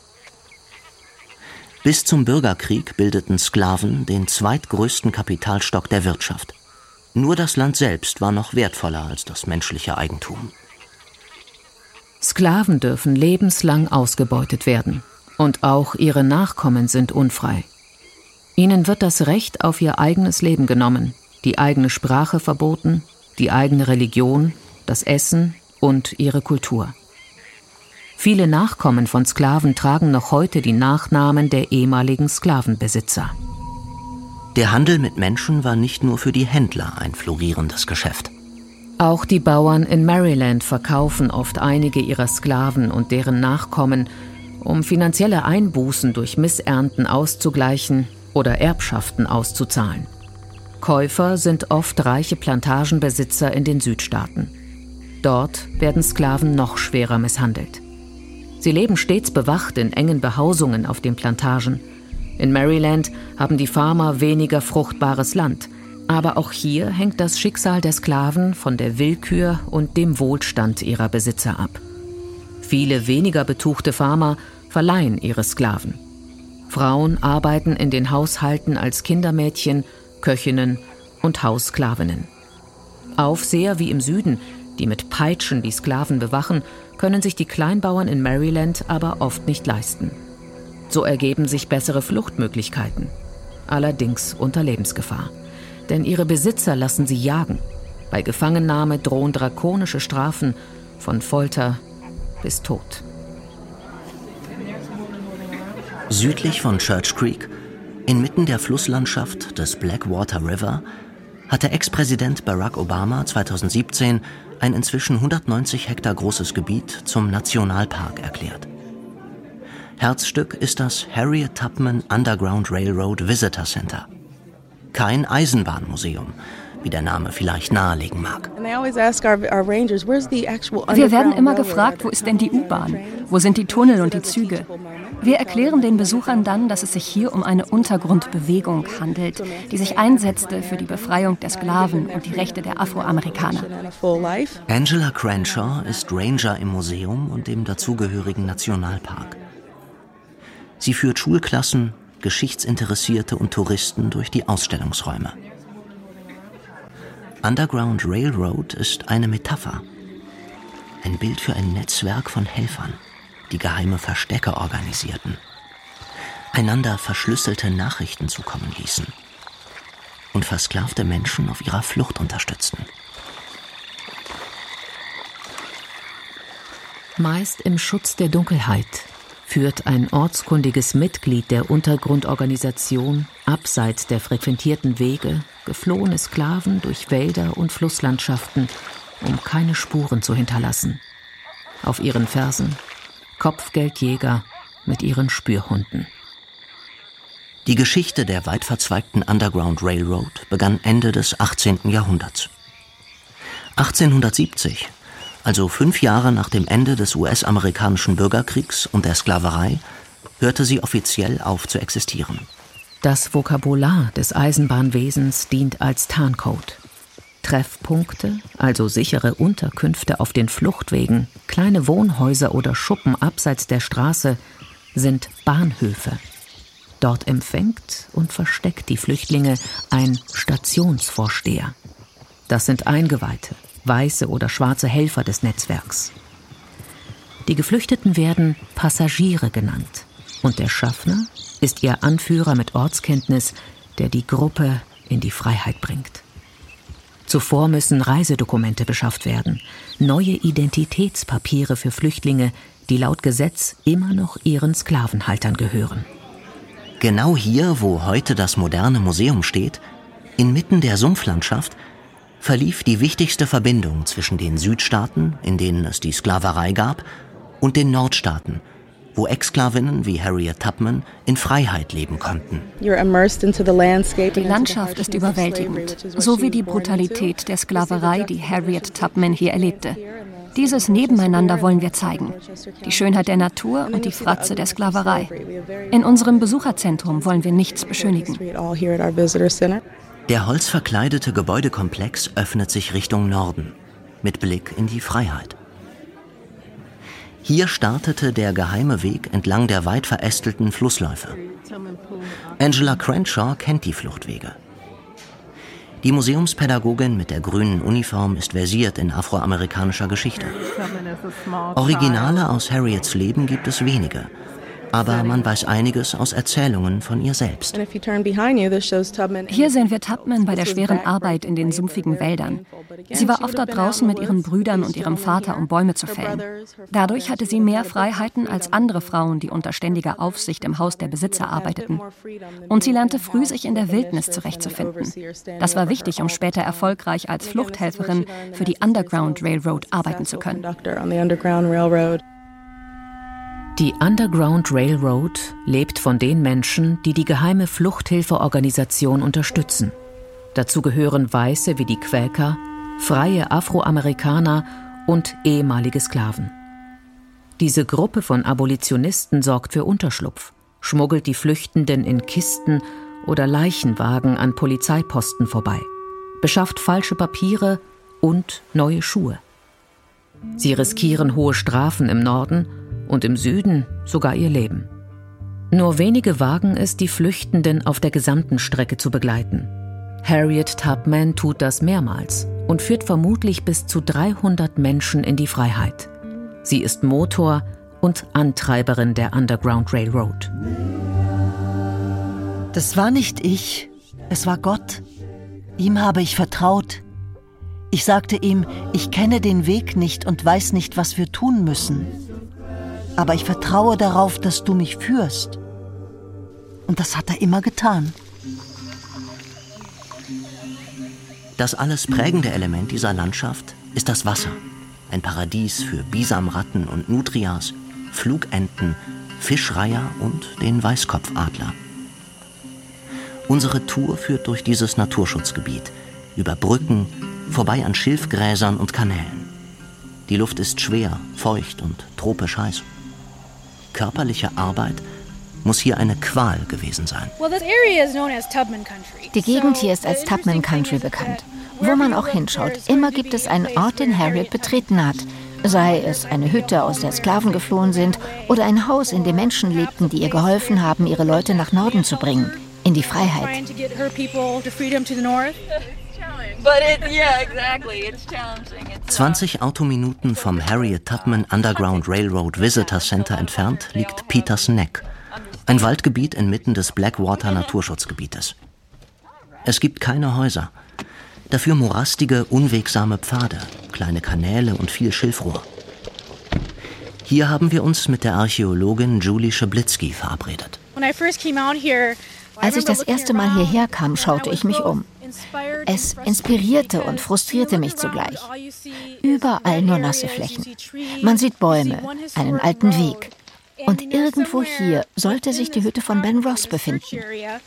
Bis zum Bürgerkrieg bildeten Sklaven den zweitgrößten Kapitalstock der Wirtschaft. Nur das Land selbst war noch wertvoller als das menschliche Eigentum. Sklaven dürfen lebenslang ausgebeutet werden. Und auch ihre Nachkommen sind unfrei. Ihnen wird das Recht auf ihr eigenes Leben genommen, die eigene Sprache verboten, die eigene Religion, das Essen und ihre Kultur. Viele Nachkommen von Sklaven tragen noch heute die Nachnamen der ehemaligen Sklavenbesitzer. Der Handel mit Menschen war nicht nur für die Händler ein florierendes Geschäft. Auch die Bauern in Maryland verkaufen oft einige ihrer Sklaven und deren Nachkommen, um finanzielle Einbußen durch Missernten auszugleichen oder Erbschaften auszuzahlen. Käufer sind oft reiche Plantagenbesitzer in den Südstaaten. Dort werden Sklaven noch schwerer misshandelt. Sie leben stets bewacht in engen Behausungen auf den Plantagen. In Maryland haben die Farmer weniger fruchtbares Land. Aber auch hier hängt das Schicksal der Sklaven von der Willkür und dem Wohlstand ihrer Besitzer ab. Viele weniger betuchte Farmer verleihen ihre Sklaven. Frauen arbeiten in den Haushalten als Kindermädchen, Köchinnen und Haussklavinnen. Aufseher wie im Süden, die mit Peitschen die Sklaven bewachen, können sich die Kleinbauern in Maryland aber oft nicht leisten. So ergeben sich bessere Fluchtmöglichkeiten, allerdings unter Lebensgefahr. Denn ihre Besitzer lassen sie jagen. Bei Gefangennahme drohen drakonische Strafen von Folter bis Tod. Südlich von Church Creek, inmitten der Flusslandschaft des Blackwater River, hatte Ex-Präsident Barack Obama 2017 ein inzwischen 190 Hektar großes Gebiet zum Nationalpark erklärt. Herzstück ist das Harriet Tubman Underground Railroad Visitor Center. Kein Eisenbahnmuseum, wie der Name vielleicht nahelegen mag. Wir werden immer gefragt, wo ist denn die U-Bahn? Wo sind die Tunnel und die Züge? Wir erklären den Besuchern dann, dass es sich hier um eine Untergrundbewegung handelt, die sich einsetzte für die Befreiung der Sklaven und die Rechte der Afroamerikaner. Angela Crenshaw ist Ranger im Museum und dem dazugehörigen Nationalpark. Sie führt Schulklassen, Geschichtsinteressierte und Touristen durch die Ausstellungsräume. Underground Railroad ist eine Metapher. Ein Bild für ein Netzwerk von Helfern, die geheime Verstecke organisierten, einander verschlüsselte Nachrichten zukommen ließen und versklavte Menschen auf ihrer Flucht unterstützten. Meist im Schutz der Dunkelheit führt ein ortskundiges Mitglied der Untergrundorganisation abseits der frequentierten Wege geflohene Sklaven durch Wälder und Flusslandschaften, um keine Spuren zu hinterlassen. Auf ihren Fersen Kopfgeldjäger mit ihren Spürhunden. Die Geschichte der weit verzweigten Underground Railroad begann Ende des 18. Jahrhunderts. 1870, also 5 Jahre nach dem Ende des US-amerikanischen Bürgerkriegs und der Sklaverei, hörte sie offiziell auf zu existieren. Das Vokabular des Eisenbahnwesens dient als Tarncode. Treffpunkte, also sichere Unterkünfte auf den Fluchtwegen, kleine Wohnhäuser oder Schuppen abseits der Straße, sind Bahnhöfe. Dort empfängt und versteckt die Flüchtlinge ein Stationsvorsteher. Das sind Eingeweihte, weiße oder schwarze Helfer des Netzwerks. Die Geflüchteten werden Passagiere genannt und der Schaffner ist ihr Anführer mit Ortskenntnis, der die Gruppe in die Freiheit bringt. Zuvor müssen Reisedokumente beschafft werden, neue Identitätspapiere für Flüchtlinge, die laut Gesetz immer noch ihren Sklavenhaltern gehören. Genau hier, wo heute das moderne Museum steht, inmitten der Sumpflandschaft, verlief die wichtigste Verbindung zwischen den Südstaaten, in denen es die Sklaverei gab, und den Nordstaaten, wo Ex-Sklavinnen wie Harriet Tubman in Freiheit leben konnten. Die Landschaft ist überwältigend, so wie die Brutalität der Sklaverei, die Harriet Tubman hier erlebte. Dieses Nebeneinander wollen wir zeigen. Die Schönheit der Natur und die Fratze der Sklaverei. In unserem Besucherzentrum wollen wir nichts beschönigen. Der holzverkleidete Gebäudekomplex öffnet sich Richtung Norden, mit Blick in die Freiheit. Hier startete der geheime Weg entlang der weit verästelten Flussläufe. Angela Crenshaw kennt die Fluchtwege. Die Museumspädagogin mit der grünen Uniform ist versiert in afroamerikanischer Geschichte. Originale aus Harriets Leben gibt es wenige. Aber man weiß einiges aus Erzählungen von ihr selbst. Hier sehen wir Tubman bei der schweren Arbeit in den sumpfigen Wäldern. Sie war oft dort draußen mit ihren Brüdern und ihrem Vater, um Bäume zu fällen. Dadurch hatte sie mehr Freiheiten als andere Frauen, die unter ständiger Aufsicht im Haus der Besitzer arbeiteten. Und sie lernte früh, sich in der Wildnis zurechtzufinden. Das war wichtig, um später erfolgreich als Fluchthelferin für die Underground Railroad arbeiten zu können. Die Underground Railroad lebt von den Menschen, die die geheime Fluchthilfeorganisation unterstützen. Dazu gehören Weiße wie die Quäker, freie Afroamerikaner und ehemalige Sklaven. Diese Gruppe von Abolitionisten sorgt für Unterschlupf, schmuggelt die Flüchtenden in Kisten oder Leichenwagen an Polizeiposten vorbei, beschafft falsche Papiere und neue Schuhe. Sie riskieren hohe Strafen im Norden und im Süden sogar ihr Leben. Nur wenige wagen es, die Flüchtenden auf der gesamten Strecke zu begleiten. Harriet Tubman tut das mehrmals und führt vermutlich bis zu 300 Menschen in die Freiheit. Sie ist Motor und Antreiberin der Underground Railroad. Das war nicht ich, es war Gott. Ihm habe ich vertraut. Ich sagte ihm, ich kenne den Weg nicht und weiß nicht, was wir tun müssen. Aber ich vertraue darauf, dass du mich führst. Und das hat er immer getan. Das alles prägende Element dieser Landschaft ist das Wasser. Ein Paradies für Bisamratten und Nutrias, Flugenten, Fischreiher und den Weißkopfadler. Unsere Tour führt durch dieses Naturschutzgebiet, über Brücken, vorbei an Schilfgräsern und Kanälen. Die Luft ist schwer, feucht und tropisch heiß. Körperliche Arbeit muss hier eine Qual gewesen sein. Die Gegend hier ist als Tubman Country bekannt. Wo man auch hinschaut, immer gibt es einen Ort, den Harriet betreten hat. Sei es eine Hütte, aus der Sklaven geflohen sind, oder ein Haus, in dem Menschen lebten, die ihr geholfen haben, ihre Leute nach Norden zu bringen, in die Freiheit. 20 Autominuten vom Harriet Tubman Underground Railroad Visitor Center entfernt liegt Peters Neck, ein Waldgebiet inmitten des Blackwater Naturschutzgebietes. Es gibt keine Häuser, dafür morastige, unwegsame Pfade, kleine Kanäle und viel Schilfrohr. Hier haben wir uns mit der Archäologin Julie Schablitzky verabredet. Als ich das erste Mal hierher kam, schaute ich mich um. Es inspirierte und frustrierte mich zugleich. Überall nur nasse Flächen. Man sieht Bäume, einen alten Weg. Und irgendwo hier sollte sich die Hütte von Ben Ross befinden.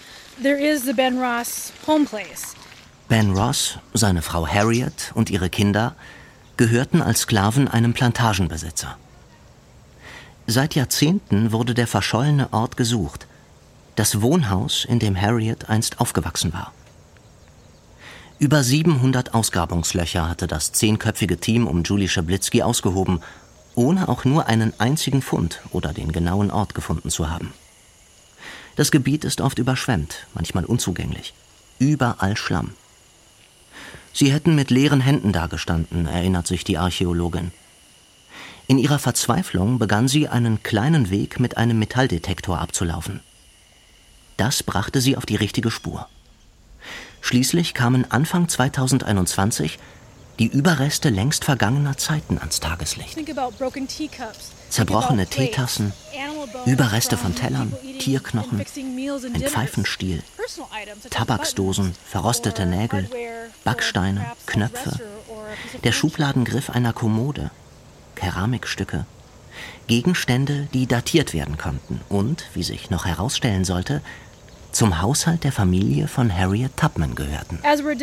Ben Ross, seine Frau Harriet und ihre Kinder gehörten als Sklaven einem Plantagenbesitzer. Seit Jahrzehnten wurde der verschollene Ort gesucht, das Wohnhaus, in dem Harriet einst aufgewachsen war. Über 700 Ausgrabungslöcher hatte das 10-köpfige Team um Julie Schablitzky ausgehoben, ohne auch nur einen einzigen Fund oder den genauen Ort gefunden zu haben. Das Gebiet ist oft überschwemmt, manchmal unzugänglich. Überall Schlamm. Sie hätten mit leeren Händen dagestanden, erinnert sich die Archäologin. In ihrer Verzweiflung begann sie, einen kleinen Weg mit einem Metalldetektor abzulaufen. Das brachte sie auf die richtige Spur. Schließlich kamen Anfang 2021 die Überreste längst vergangener Zeiten ans Tageslicht. Zerbrochene Teetassen, Überreste von Tellern, Tierknochen, ein Pfeifenstiel, Tabaksdosen, verrostete Nägel, Backsteine, Knöpfe, der Schubladengriff einer Kommode, Keramikstücke, Gegenstände, die datiert werden konnten und, wie sich noch herausstellen sollte, zum Haushalt der Familie von Harriet Tubman gehörten.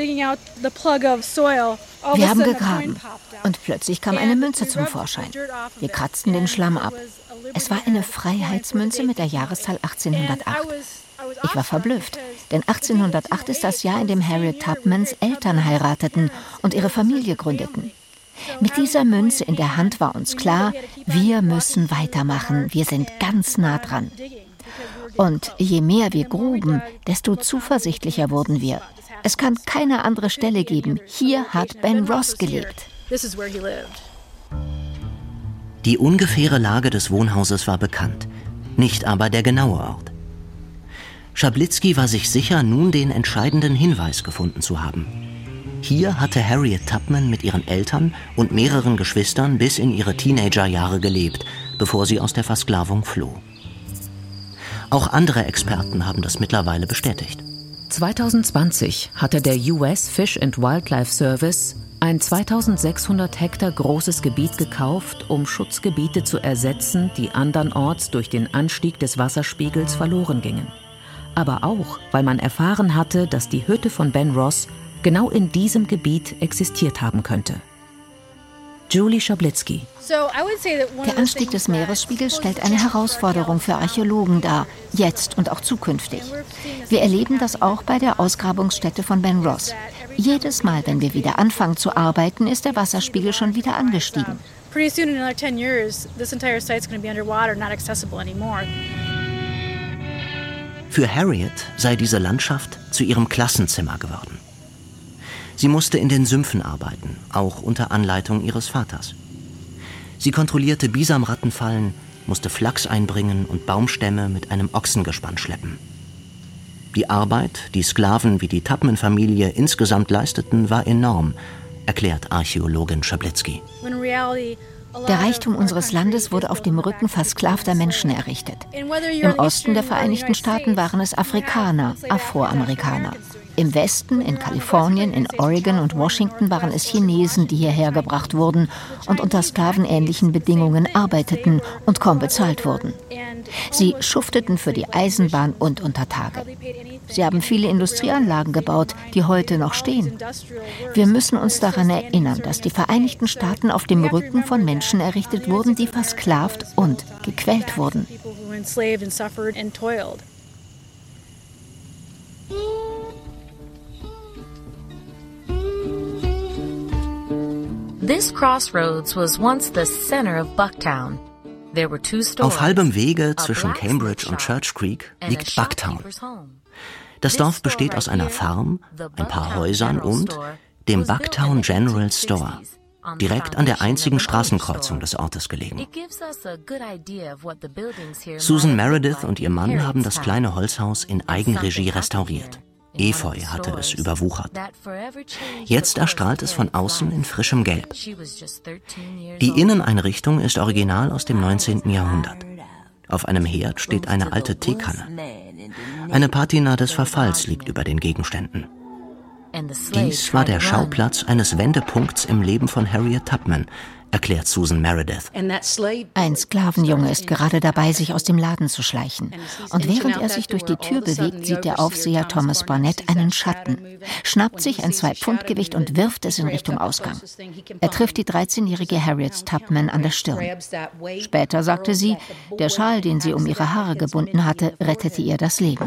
Wir haben gegraben und plötzlich kam eine Münze zum Vorschein. Wir kratzten den Schlamm ab. Es war eine Freiheitsmünze mit der Jahreszahl 1808. Ich war verblüfft, denn 1808 ist das Jahr, in dem Harriet Tubmans Eltern heirateten und ihre Familie gründeten. Mit dieser Münze in der Hand war uns klar, wir müssen weitermachen, wir sind ganz nah dran. Und je mehr wir gruben, desto zuversichtlicher wurden wir. Es kann keine andere Stelle geben. Hier hat Ben Ross gelebt. Die ungefähre Lage des Wohnhauses war bekannt. nicht aber der genaue Ort. Schablitzky war sich sicher, nun den entscheidenden Hinweis gefunden zu haben. Hier hatte Harriet Tubman mit ihren Eltern und mehreren Geschwistern bis in ihre Teenagerjahre gelebt, bevor sie aus der Versklavung floh. Auch andere Experten haben das mittlerweile bestätigt. 2020 hatte der US Fish and Wildlife Service ein 2600 Hektar großes Gebiet gekauft, um Schutzgebiete zu ersetzen, die andernorts durch den Anstieg des Wasserspiegels verloren gingen. Aber auch, weil man erfahren hatte, dass die Hütte von Ben Ross genau in diesem Gebiet existiert haben könnte. Julie Schablitzky. Der Anstieg des Meeresspiegels stellt eine Herausforderung für Archäologen dar, jetzt und auch zukünftig. Wir erleben das auch bei der Ausgrabungsstätte von Ben Ross. Jedes Mal, wenn wir wieder anfangen zu arbeiten, ist der Wasserspiegel schon wieder angestiegen. Für Harriet sei diese Landschaft zu ihrem Klassenzimmer geworden. Sie musste in den Sümpfen arbeiten, auch unter Anleitung ihres Vaters. Sie kontrollierte Bisamrattenfallen, musste Flachs einbringen und Baumstämme mit einem Ochsengespann schleppen. Die Arbeit, die Sklaven wie die Tubman-Familie insgesamt leisteten, war enorm, erklärt Archäologin Schablitzky. Der Reichtum unseres Landes wurde auf dem Rücken versklavter Menschen errichtet. Im Osten der Vereinigten Staaten waren es Afrikaner, Afroamerikaner. Im Westen, in Kalifornien, in Oregon und Washington waren es Chinesen, die hierher gebracht wurden und unter sklavenähnlichen Bedingungen arbeiteten und kaum bezahlt wurden. Sie schufteten für die Eisenbahn und unter Tage. Sie haben viele Industrieanlagen gebaut, die heute noch stehen. Wir müssen uns daran erinnern, dass die Vereinigten Staaten auf dem Rücken von Menschen errichtet wurden, die versklavt und gequält wurden. This crossroads was once the center of Bucktown. There were 2 stores. Auf halbem Wege zwischen Cambridge und Church Creek liegt Bucktown. Das Dorf besteht aus einer Farm, ein paar Häusern und dem Bucktown General Store, direkt an der einzigen Straßenkreuzung des Ortes gelegen. Susan Meredith und ihr Mann haben das kleine Holzhaus in Eigenregie restauriert. Efeu hatte es überwuchert. Jetzt erstrahlt es von außen in frischem Gelb. Die Inneneinrichtung ist original aus dem 19. Jahrhundert. Auf einem Herd steht eine alte Teekanne. Eine Patina des Verfalls liegt über den Gegenständen. Dies war der Schauplatz eines Wendepunkts im Leben von Harriet Tubman, erklärt Susan Meredith. Ein Sklavenjunge ist gerade dabei, sich aus dem Laden zu schleichen. Und während er sich durch die Tür bewegt, sieht der Aufseher Thomas Barnett einen Schatten, schnappt sich ein 2-Pfund-Gewicht und wirft es in Richtung Ausgang. Er trifft die 13-jährige Harriet Tubman an der Stirn. Später sagte sie, der Schal, den sie um ihre Haare gebunden hatte, rettete ihr das Leben.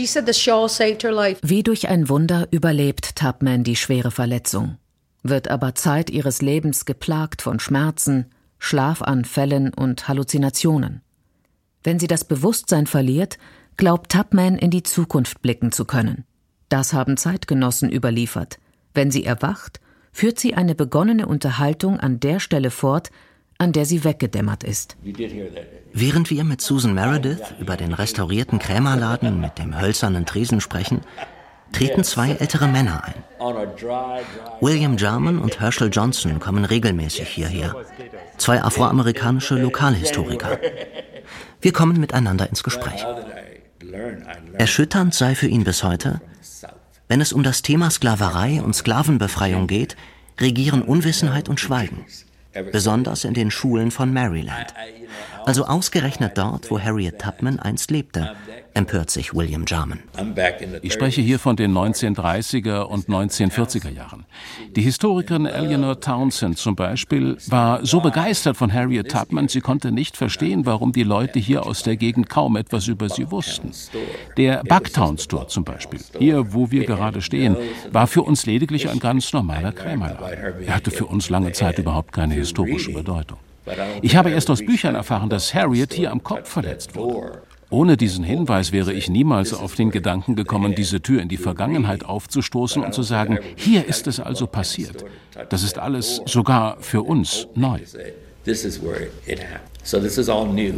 Wie durch ein Wunder überlebt Tubman die schwere Verletzung, wird aber Zeit ihres Lebens geplagt von Schmerzen, Schlafanfällen und Halluzinationen. Wenn sie das Bewusstsein verliert, glaubt Tubman in die Zukunft blicken zu können. Das haben Zeitgenossen überliefert. Wenn sie erwacht, führt sie eine begonnene Unterhaltung an der Stelle fort, an der sie weggedämmert ist. Während wir mit Susan Meredith über den restaurierten Krämerladen mit dem hölzernen Tresen sprechen, treten 2 ältere Männer ein. William Jarman und Herschel Johnson kommen regelmäßig hierher. 2 afroamerikanische Lokalhistoriker. Wir kommen miteinander ins Gespräch. Erschütternd sei für ihn bis heute, wenn es um das Thema Sklaverei und Sklavenbefreiung geht, regieren Unwissenheit und Schweigen. Besonders in den Schulen von Maryland. Also ausgerechnet dort, wo Harriet Tubman einst lebte, empört sich William Jarman. Ich spreche hier von den 1930er und 1940er Jahren. Die Historikerin Eleanor Townsend zum Beispiel war so begeistert von Harriet Tubman, sie konnte nicht verstehen, warum die Leute hier aus der Gegend kaum etwas über sie wussten. Der Bucktown Store zum Beispiel, hier wo wir gerade stehen, war für uns lediglich ein ganz normaler Krämerladen. Er hatte für uns lange Zeit überhaupt keine historische Bedeutung. Ich habe erst aus Büchern erfahren, dass Harriet hier am Kopf verletzt wurde. Ohne diesen Hinweis wäre ich niemals auf den Gedanken gekommen, diese Tür in die Vergangenheit aufzustoßen und zu sagen, hier ist es also passiert. Das ist alles sogar für uns neu.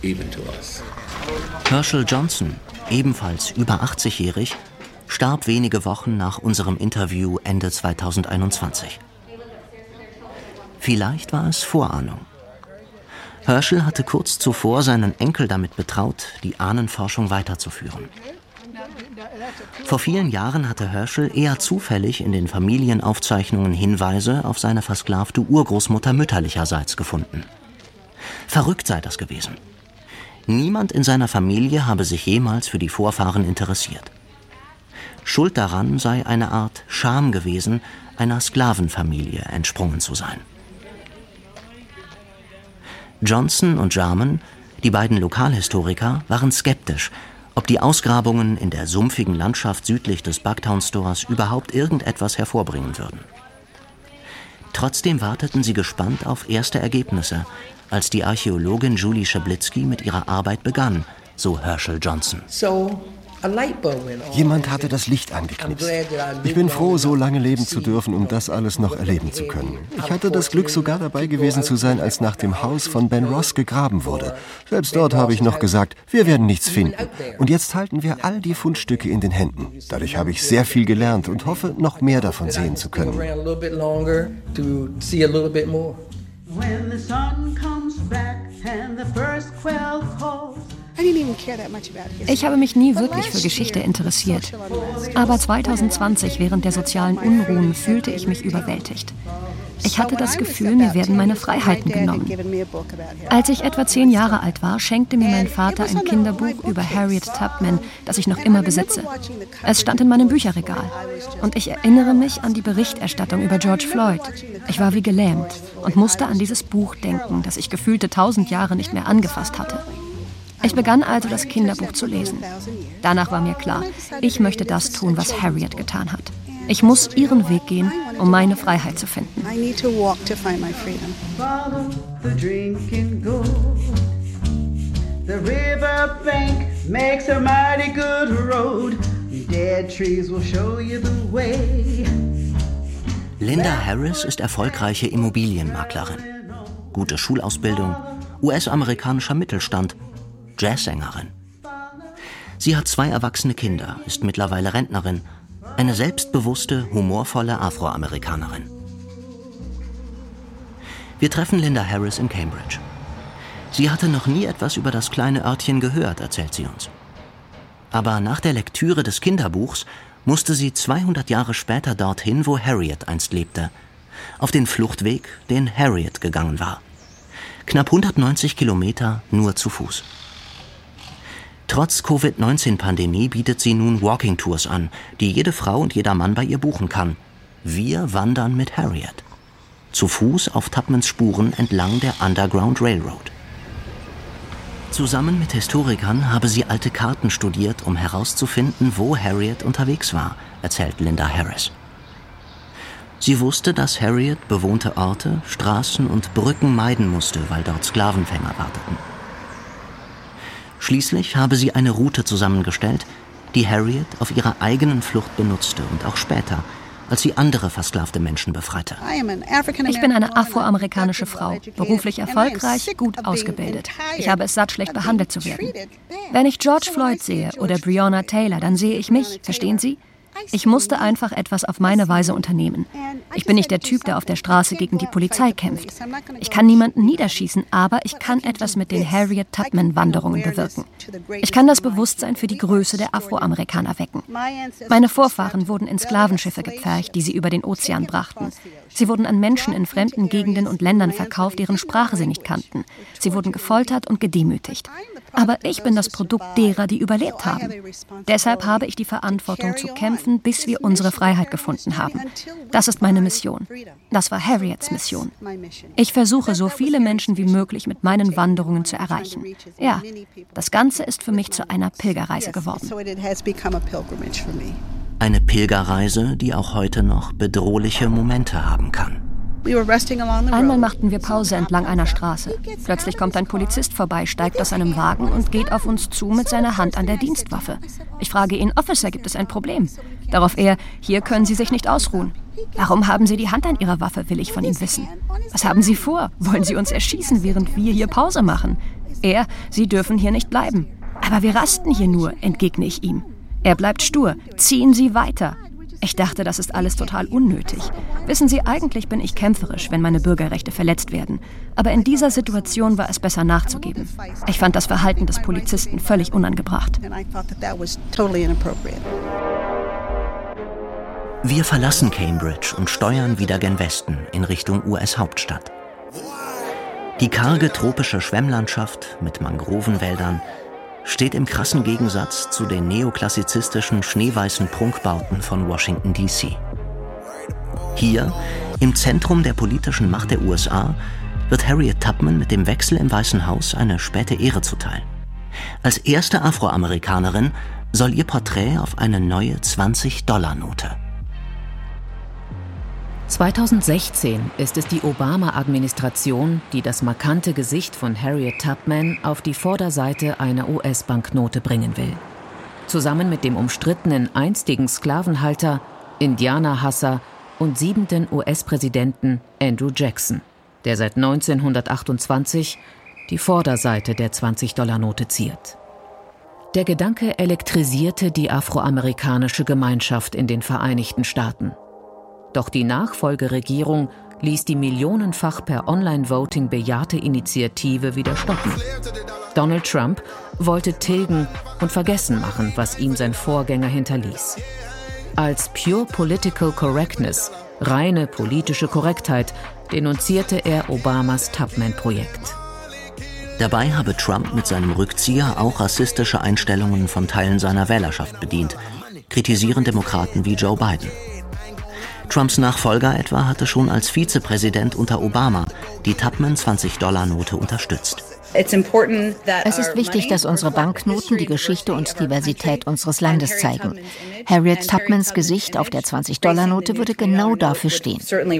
Herschel Johnson, ebenfalls über 80-jährig, starb wenige Wochen nach unserem Interview Ende 2021. Vielleicht war es Vorahnung. Herschel hatte kurz zuvor seinen Enkel damit betraut, die Ahnenforschung weiterzuführen. Vor vielen Jahren hatte Herschel eher zufällig in den Familienaufzeichnungen Hinweise auf seine versklavte Urgroßmutter mütterlicherseits gefunden. Verrückt sei das gewesen. Niemand in seiner Familie habe sich jemals für die Vorfahren interessiert. Schuld daran sei eine Art Scham gewesen, einer Sklavenfamilie entsprungen zu sein. Johnson und Jarman, die beiden Lokalhistoriker, waren skeptisch, ob die Ausgrabungen in der sumpfigen Landschaft südlich des Bucktown Stores überhaupt irgendetwas hervorbringen würden. Trotzdem warteten sie gespannt auf erste Ergebnisse, als die Archäologin Julie Schablitzky mit ihrer Arbeit begann, so Herschel Johnson. Jemand hatte das Licht angeknipst. Ich bin froh, so lange leben zu dürfen, um das alles noch erleben zu können. Ich hatte das Glück, sogar dabei gewesen zu sein, als nach dem Haus von Ben Ross gegraben wurde. Selbst dort habe ich noch gesagt, wir werden nichts finden. Und jetzt halten wir all die Fundstücke in den Händen. Dadurch habe ich sehr viel gelernt und hoffe, noch mehr davon sehen zu können. Ich habe mich nie wirklich für Geschichte interessiert. Aber 2020, während der sozialen Unruhen, fühlte ich mich überwältigt. Ich hatte das Gefühl, mir werden meine Freiheiten genommen. Als ich etwa 10 Jahre alt war, schenkte mir mein Vater ein Kinderbuch über Harriet Tubman, das ich noch immer besitze. Es stand in meinem Bücherregal. Und ich erinnere mich an die Berichterstattung über George Floyd. Ich war wie gelähmt und musste an dieses Buch denken, das ich gefühlte 1000 Jahre nicht mehr angefasst hatte. Ich begann also, das Kinderbuch zu lesen. Danach war mir klar, ich möchte das tun, was Harriet getan hat. Ich muss ihren Weg gehen, um meine Freiheit zu finden. Linda Harris ist erfolgreiche Immobilienmaklerin. Gute Schulausbildung, US-amerikanischer Mittelstand, Jazzsängerin. Sie hat 2 erwachsene Kinder, ist mittlerweile Rentnerin, eine selbstbewusste, humorvolle Afroamerikanerin. Wir treffen Linda Harris in Cambridge. Sie hatte noch nie etwas über das kleine Örtchen gehört, erzählt sie uns. Aber nach der Lektüre des Kinderbuchs musste sie 200 Jahre später dorthin, wo Harriet einst lebte. Auf den Fluchtweg, den Harriet gegangen war. Knapp 190 Kilometer nur zu Fuß. Trotz Covid-19-Pandemie bietet sie nun Walking-Tours an, die jede Frau und jeder Mann bei ihr buchen kann. Wir wandern mit Harriet. Zu Fuß auf Tubmans Spuren entlang der Underground Railroad. Zusammen mit Historikern habe sie alte Karten studiert, um herauszufinden, wo Harriet unterwegs war, erzählt Linda Harris. Sie wusste, dass Harriet bewohnte Orte, Straßen und Brücken meiden musste, weil dort Sklavenfänger warteten. Schließlich habe sie eine Route zusammengestellt, die Harriet auf ihrer eigenen Flucht benutzte und auch später, als sie andere versklavte Menschen befreite. Ich bin eine afroamerikanische Frau, beruflich erfolgreich, gut ausgebildet. Ich habe es satt, schlecht behandelt zu werden. Wenn ich George Floyd sehe oder Breonna Taylor, dann sehe ich mich, verstehen Sie? Ich musste einfach etwas auf meine Weise unternehmen. Ich bin nicht der Typ, der auf der Straße gegen die Polizei kämpft. Ich kann niemanden niederschießen, aber ich kann etwas mit den Harriet Tubman-Wanderungen bewirken. Ich kann das Bewusstsein für die Größe der Afroamerikaner wecken. Meine Vorfahren wurden in Sklavenschiffe gepfercht, die sie über den Ozean brachten. Sie wurden an Menschen in fremden Gegenden und Ländern verkauft, deren Sprache sie nicht kannten. Sie wurden gefoltert und gedemütigt. Aber ich bin das Produkt derer, die überlebt haben. Deshalb habe ich die Verantwortung zu kämpfen, bis wir unsere Freiheit gefunden haben. Das ist meine Mission. Das war Harriets Mission. Ich versuche, so viele Menschen wie möglich mit meinen Wanderungen zu erreichen. Ja, das Ganze ist für mich zu einer Pilgerreise geworden. Eine Pilgerreise, die auch heute noch bedrohliche Momente haben kann. Einmal machten wir Pause entlang einer Straße. Plötzlich kommt ein Polizist vorbei, steigt aus seinem Wagen und geht auf uns zu mit seiner Hand an der Dienstwaffe. Ich frage ihn, Officer, gibt es ein Problem? Darauf er, hier können Sie sich nicht ausruhen. Warum haben Sie die Hand an Ihrer Waffe, will ich von ihm wissen. Was haben Sie vor? Wollen Sie uns erschießen, während wir hier Pause machen? Sie dürfen hier nicht bleiben. Aber wir rasten hier nur, entgegne ich ihm. Er bleibt stur. Ziehen Sie weiter. Ich dachte, das ist alles total unnötig. Wissen Sie, eigentlich bin ich kämpferisch, wenn meine Bürgerrechte verletzt werden. Aber in dieser Situation war es besser nachzugeben. Ich fand das Verhalten des Polizisten völlig unangebracht. Wir verlassen Cambridge und steuern wieder gen Westen in Richtung US-Hauptstadt. Die karge tropische Schwemmlandschaft mit Mangrovenwäldern steht im krassen Gegensatz zu den neoklassizistischen schneeweißen Prunkbauten von Washington, D.C. Hier, im Zentrum der politischen Macht der USA, wird Harriet Tubman mit dem Wechsel im Weißen Haus eine späte Ehre zuteil. Als erste Afroamerikanerin soll ihr Porträt auf eine neue 20-Dollar-Note. 2016 ist es die Obama-Administration, die das markante Gesicht von Harriet Tubman auf die Vorderseite einer US-Banknote bringen will. Zusammen mit dem umstrittenen einstigen Sklavenhalter, Indianerhasser und 7. US-Präsidenten Andrew Jackson, der seit 1928 die Vorderseite der 20-Dollar-Note ziert. Der Gedanke elektrisierte die afroamerikanische Gemeinschaft in den Vereinigten Staaten. Doch die Nachfolgeregierung ließ die millionenfach per Online-Voting bejahte Initiative wieder stoppen. Donald Trump wollte tilgen und vergessen machen, was ihm sein Vorgänger hinterließ. Als Pure Political Correctness, reine politische Korrektheit, denunzierte er Obamas Tubman-Projekt. Dabei habe Trump mit seinem Rückzieher auch rassistische Einstellungen von Teilen seiner Wählerschaft bedient, kritisieren Demokraten wie Joe Biden. Trumps Nachfolger etwa hatte schon als Vizepräsident unter Obama die Tubman 20-Dollar-Note unterstützt. Es ist wichtig, dass unsere Banknoten die Geschichte und Diversität unseres Landes zeigen. Harriet Tubmans Gesicht auf der 20-Dollar-Note würde genau dafür stehen.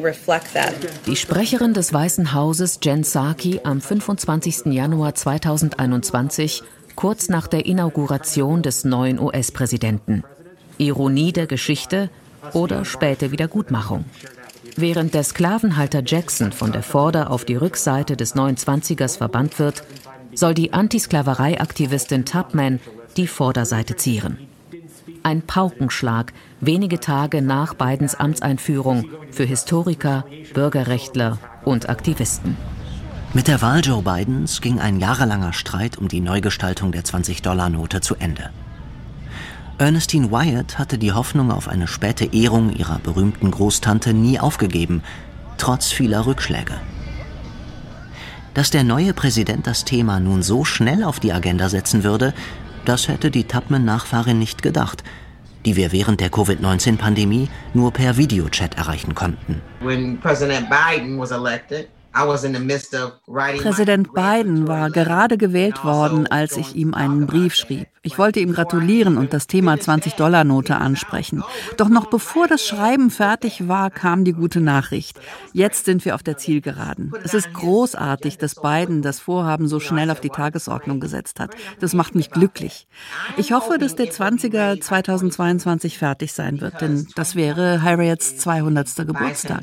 Die Sprecherin des Weißen Hauses, Jen Psaki, am 25. Januar 2021, kurz nach der Inauguration des neuen US-Präsidenten. Ironie der Geschichte oder späte Wiedergutmachung. Während der Sklavenhalter Jackson von der Vorder- auf die Rückseite des 29ers verbannt wird, soll die Antisklaverei-Aktivistin Tubman die Vorderseite zieren. Ein Paukenschlag wenige Tage nach Bidens Amtseinführung für Historiker, Bürgerrechtler und Aktivisten. Mit der Wahl Joe Bidens ging ein jahrelanger Streit um die Neugestaltung der 20-Dollar-Note zu Ende. Ernestine Wyatt hatte die Hoffnung auf eine späte Ehrung ihrer berühmten Großtante nie aufgegeben, trotz vieler Rückschläge. Dass der neue Präsident das Thema nun so schnell auf die Agenda setzen würde, das hätte die Tubman-Nachfahrin nicht gedacht, die wir während der Covid-19-Pandemie nur per Videochat erreichen konnten. When President Biden was elected, Präsident Biden war gerade gewählt worden, als ich ihm einen Brief schrieb. Ich wollte ihm gratulieren und das Thema 20-Dollar-Note ansprechen. Doch noch bevor das Schreiben fertig war, kam die gute Nachricht. Jetzt sind wir auf der Zielgeraden. Es ist großartig, dass Biden das Vorhaben so schnell auf die Tagesordnung gesetzt hat. Das macht mich glücklich. Ich hoffe, dass der 20er 2022 fertig sein wird, denn das wäre Harriets 200. Geburtstag.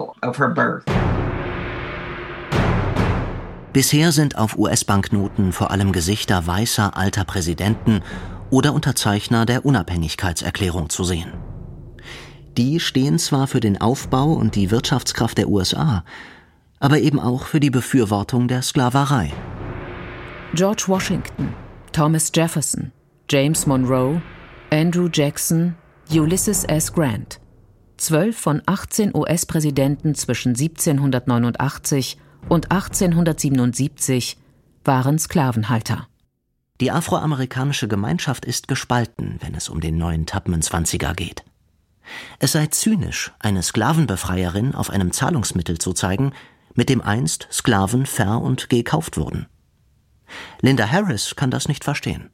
Bisher sind auf US-Banknoten vor allem Gesichter weißer alter Präsidenten oder Unterzeichner der Unabhängigkeitserklärung zu sehen. Die stehen zwar für den Aufbau und die Wirtschaftskraft der USA, aber eben auch für die Befürwortung der Sklaverei. George Washington, Thomas Jefferson, James Monroe, Andrew Jackson, Ulysses S. Grant. 12 von 18 US-Präsidenten zwischen 1789 und 1877 waren Sklavenhalter. Die afroamerikanische Gemeinschaft ist gespalten, wenn es um den neuen Tubman 20er geht. Es sei zynisch, eine Sklavenbefreierin auf einem Zahlungsmittel zu zeigen, mit dem einst Sklaven ver- und gekauft wurden. Linda Harris kann das nicht verstehen.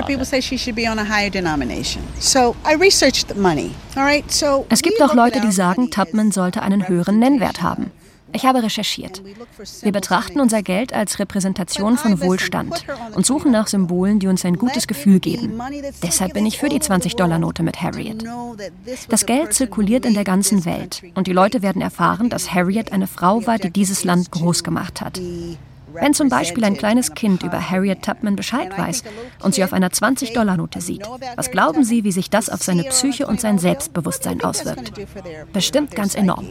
Es gibt auch Leute, die sagen, Tubman sollte einen höheren Nennwert haben. Ich habe recherchiert. Wir betrachten unser Geld als Repräsentation von Wohlstand und suchen nach Symbolen, die uns ein gutes Gefühl geben. Deshalb bin ich für die 20-Dollar-Note mit Harriet. Das Geld zirkuliert in der ganzen Welt und die Leute werden erfahren, dass Harriet eine Frau war, die dieses Land groß gemacht hat. Wenn zum Beispiel ein kleines Kind über Harriet Tubman Bescheid weiß und sie auf einer $20-Note sieht, was glauben Sie, wie sich das auf seine Psyche und sein Selbstbewusstsein auswirkt? Bestimmt ganz enorm.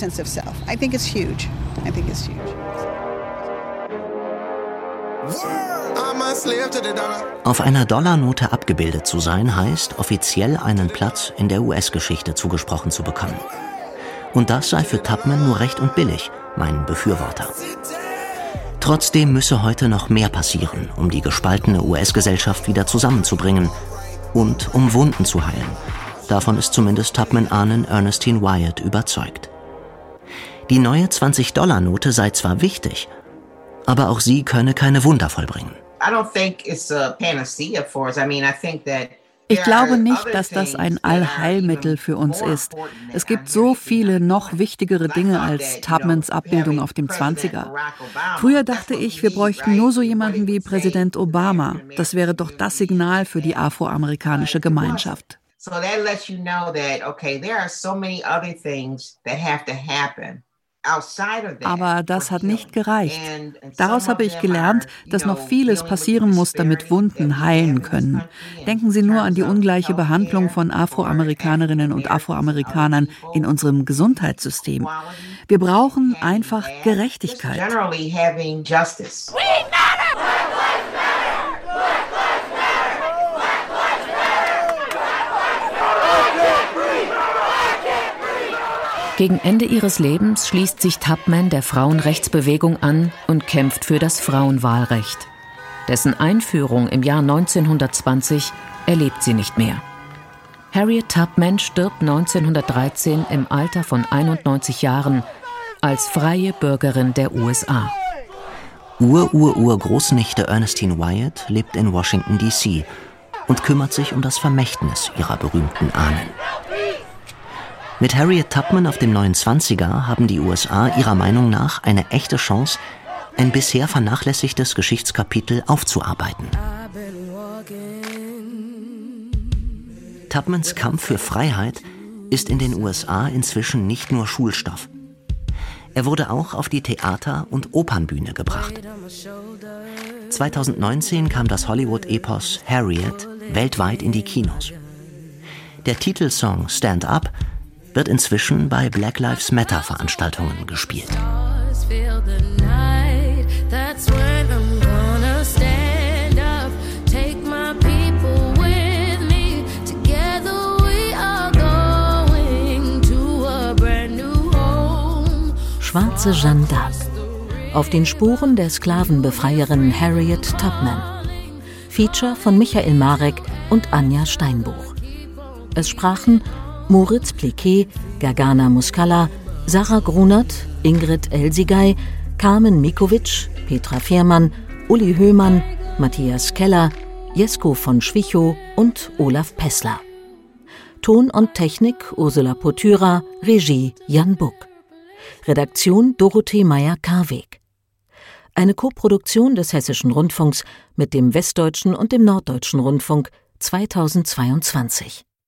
Auf einer Dollarnote abgebildet zu sein, heißt, offiziell einen Platz in der US-Geschichte zugesprochen zu bekommen. Und das sei für Tubman nur recht und billig, meinen Befürworter. Trotzdem müsse heute noch mehr passieren, um die gespaltene US-Gesellschaft wieder zusammenzubringen und um Wunden zu heilen. Davon ist zumindest Tubman-Ahnen Ernestine Wyatt überzeugt. Die neue $20-Note sei zwar wichtig, aber auch sie könne keine Wunder vollbringen. Ich glaube nicht, dass das ein Allheilmittel für uns ist. Es gibt so viele noch wichtigere Dinge als Tubmans Abbildung auf dem 20er. Früher dachte ich, wir bräuchten nur so jemanden wie Präsident Obama. Das wäre doch das Signal für die afroamerikanische Gemeinschaft. Aber das hat nicht gereicht. Daraus habe ich gelernt, dass noch vieles passieren muss, damit Wunden heilen können. Denken Sie nur an die ungleiche Behandlung von Afroamerikanerinnen und Afroamerikanern in unserem Gesundheitssystem. Wir brauchen einfach Gerechtigkeit. Gegen Ende ihres Lebens schließt sich Tubman der Frauenrechtsbewegung an und kämpft für das Frauenwahlrecht. Dessen Einführung im Jahr 1920 erlebt sie nicht mehr. Harriet Tubman stirbt 1913 im Alter von 91 Jahren als freie Bürgerin der USA. Ur-Ur-Ur-Großnichte Ernestine Wyatt lebt in Washington, D.C. und kümmert sich um das Vermächtnis ihrer berühmten Ahnen. Mit Harriet Tubman auf dem neuen 20er haben die USA ihrer Meinung nach eine echte Chance, ein bisher vernachlässigtes Geschichtskapitel aufzuarbeiten. Tubmans Kampf für Freiheit ist in den USA inzwischen nicht nur Schulstoff. Er wurde auch auf die Theater- und Opernbühne gebracht. 2019 kam das Hollywood-Epos Harriet weltweit in die Kinos. Der Titelsong Stand Up wird inzwischen bei Black Lives Matter Veranstaltungen gespielt. Schwarze Jeanne d'Arc. Auf den Spuren der Sklavenbefreierin Harriet Tubman. Feature von Michael Marek und Anja Steinbuch. Es sprachen Moritz Pliquet, Gergana Muscala, Sarah Grunert, Ingrid Elsigay, Carmen Mikovic, Petra Fehrmann, Uli Höhmann, Matthias Keller, Jesko von Schwichow und Olaf Pessler. Ton und Technik Ursula Potyra, Regie Jan Buck. Redaktion Dorothee Meyer-Karweg. Eine Koproduktion des Hessischen Rundfunks mit dem Westdeutschen und dem Norddeutschen Rundfunk 2022.